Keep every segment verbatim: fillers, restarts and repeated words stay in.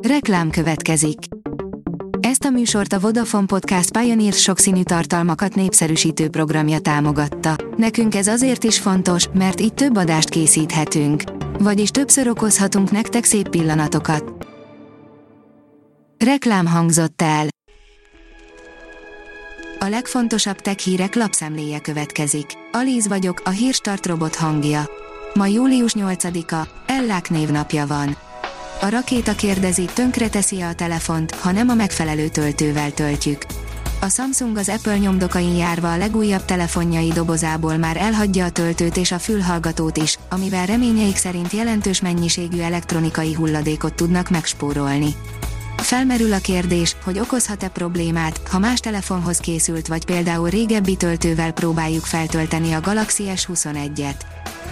Reklám következik. Ezt a műsort a Vodafone Podcast Pioneer sokszínű tartalmakat népszerűsítő programja támogatta. Nekünk ez azért is fontos, mert így több adást készíthetünk. Vagyis többször okozhatunk nektek szép pillanatokat. Reklám hangzott el. A legfontosabb tech hírek lapszemléje következik. Alíz vagyok, a Hírstart robot hangja. Ma július nyolcadika, Ellák névnapja van. A rakéta kérdezi, tönkreteszi-e a telefont, ha nem a megfelelő töltővel töltjük. A Samsung az Apple nyomdokain járva a legújabb telefonjai dobozából már elhagyja a töltőt és a fülhallgatót is, amivel reményeik szerint jelentős mennyiségű elektronikai hulladékot tudnak megspórolni. Felmerül a kérdés, hogy okozhat-e problémát, ha más telefonhoz készült vagy például régebbi töltővel próbáljuk feltölteni a Galaxy S huszonegyet.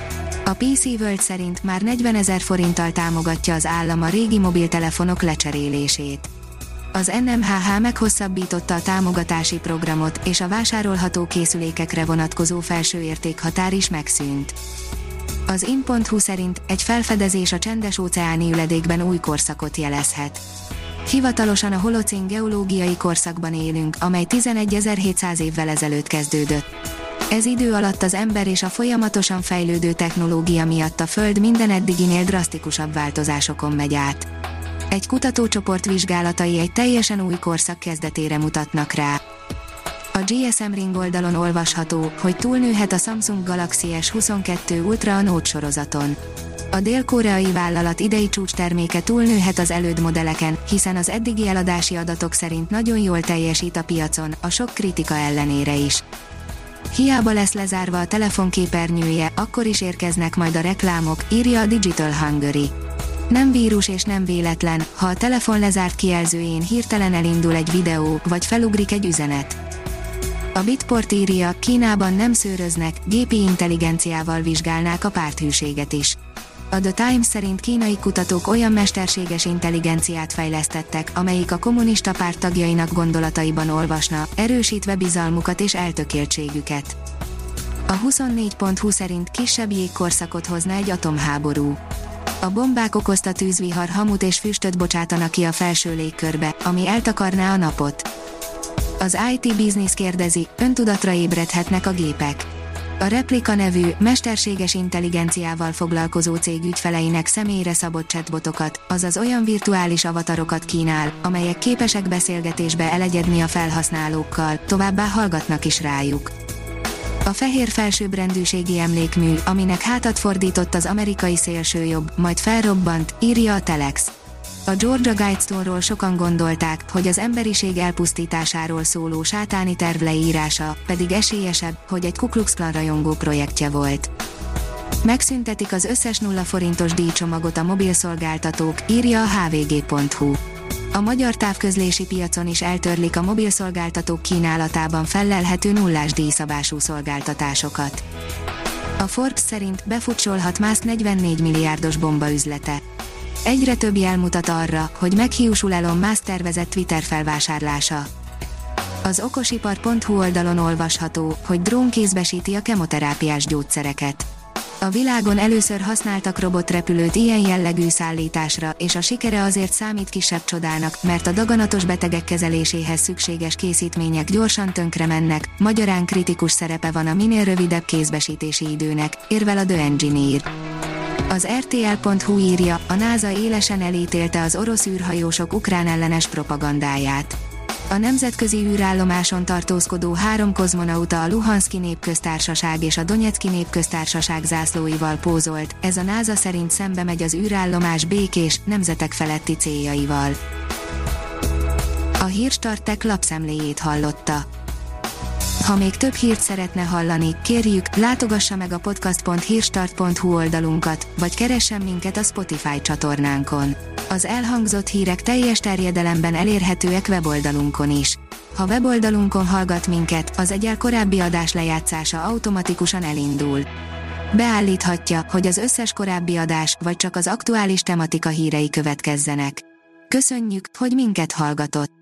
A pé cé World szerint már negyvenezer forinttal támogatja az állam a régi mobiltelefonok lecserélését. Az en em há há meghosszabbította a támogatási programot, és a vásárolható készülékekre vonatkozó felső értékhatár is megszűnt. Az in pont hu szerint egy felfedezés a csendes-óceáni üledékben új korszakot jelezhet. Hivatalosan a holocén geológiai korszakban élünk, amely tizenegyezer-hétszáz évvel ezelőtt kezdődött. Ez idő alatt az ember és a folyamatosan fejlődő technológia miatt a Föld minden eddiginél drasztikusabb változásokon megy át. Egy kutatócsoport vizsgálatai egy teljesen új korszak kezdetére mutatnak rá. A gé es em Ring oldalon olvasható, hogy túlnőhet a Samsung Galaxy S huszonkettő Ultra a Note sorozaton. A dél-koreai vállalat idei csúcsterméke túlnőhet az előd modelleken, hiszen az eddigi eladási adatok szerint nagyon jól teljesít a piacon, a sok kritika ellenére is. Hiába lesz lezárva a telefon képernyője, akkor is érkeznek majd a reklámok, írja a Digital Hungary. Nem vírus és nem véletlen, ha a telefon lezárt kijelzőjén hirtelen elindul egy videó, vagy felugrik egy üzenet. A Bitport írja, Kínában nem szőröznek, gépi intelligenciával vizsgálnák a párthűséget is. A The Times szerint kínai kutatók olyan mesterséges intelligenciát fejlesztettek, amelyik a kommunista párt tagjainak gondolataiban olvasna, erősítve bizalmukat és eltökéltségüket. A huszonnégy pont hu szerint kisebb jégkorszakot hozna egy atomháború. A bombák okozta tűzvihar hamut és füstöt bocsátana ki a felső légkörbe, ami eltakarná a napot. Az i té Business kérdezi, öntudatra ébredhetnek a gépek. A Replika nevű, mesterséges intelligenciával foglalkozó cég ügyfeleinek személyre szabott chatbotokat, azaz olyan virtuális avatarokat kínál, amelyek képesek beszélgetésbe elegyedni a felhasználókkal, továbbá hallgatnak is rájuk. A fehér felsőbbrendűségi emlékmű, aminek hátat fordított az amerikai szélsőjobb, majd felrobbant, írja a Telex. A Georgia Guidestone-ról sokan gondolták, hogy az emberiség elpusztításáról szóló sátáni terv leírása, pedig esélyesebb, hogy egy Ku Klux Klan rajongó projektje volt. Megszüntetik az összes nulla forintos díjcsomagot a mobilszolgáltatók, írja a há vé gé pont hu. A magyar távközlési piacon is eltörlik a mobilszolgáltatók kínálatában fellelhető nullás díjszabású szolgáltatásokat. A Forbes szerint befutcsolhat Musk negyvennégy milliárdos bomba üzlete. Egyre több jel mutat arra, hogy meghiúsul Elon Musk tervezett Twitter felvásárlása. Az okosipar pont hu oldalon olvasható, hogy drón kézbesíti a kemoterápiás gyógyszereket. A világon először használtak robotrepülőt ilyen jellegű szállításra, és a sikere azért számít kisebb csodának, mert a daganatos betegek kezeléséhez szükséges készítmények gyorsan tönkre mennek, magyarán kritikus szerepe van a minél rövidebb kézbesítési időnek, érvel a The Engineer. Az er té el pont hu írja, a NASA élesen elítélte az orosz űrhajósok ukrán ellenes propagandáját. A nemzetközi űrállomáson tartózkodó három kozmonauta a Luhanszki Népköztársaság és a Donetszki Népköztársaság zászlóival pózolt, ez a NASA szerint szembe megy az űrállomás békés, nemzetek feletti céljaival. A Hírstart Tech lapszemléjét hallotta. Ha még több hírt szeretne hallani, kérjük, látogassa meg a podcast pont hírstart pont hu oldalunkat, vagy keressen minket a Spotify csatornánkon. Az elhangzott hírek teljes terjedelemben elérhetőek weboldalunkon is. Ha weboldalunkon hallgat minket, az egyel korábbi adás lejátszása automatikusan elindul. Beállíthatja, hogy az összes korábbi adás, vagy csak az aktuális tematika hírei következzenek. Köszönjük, hogy minket hallgatott!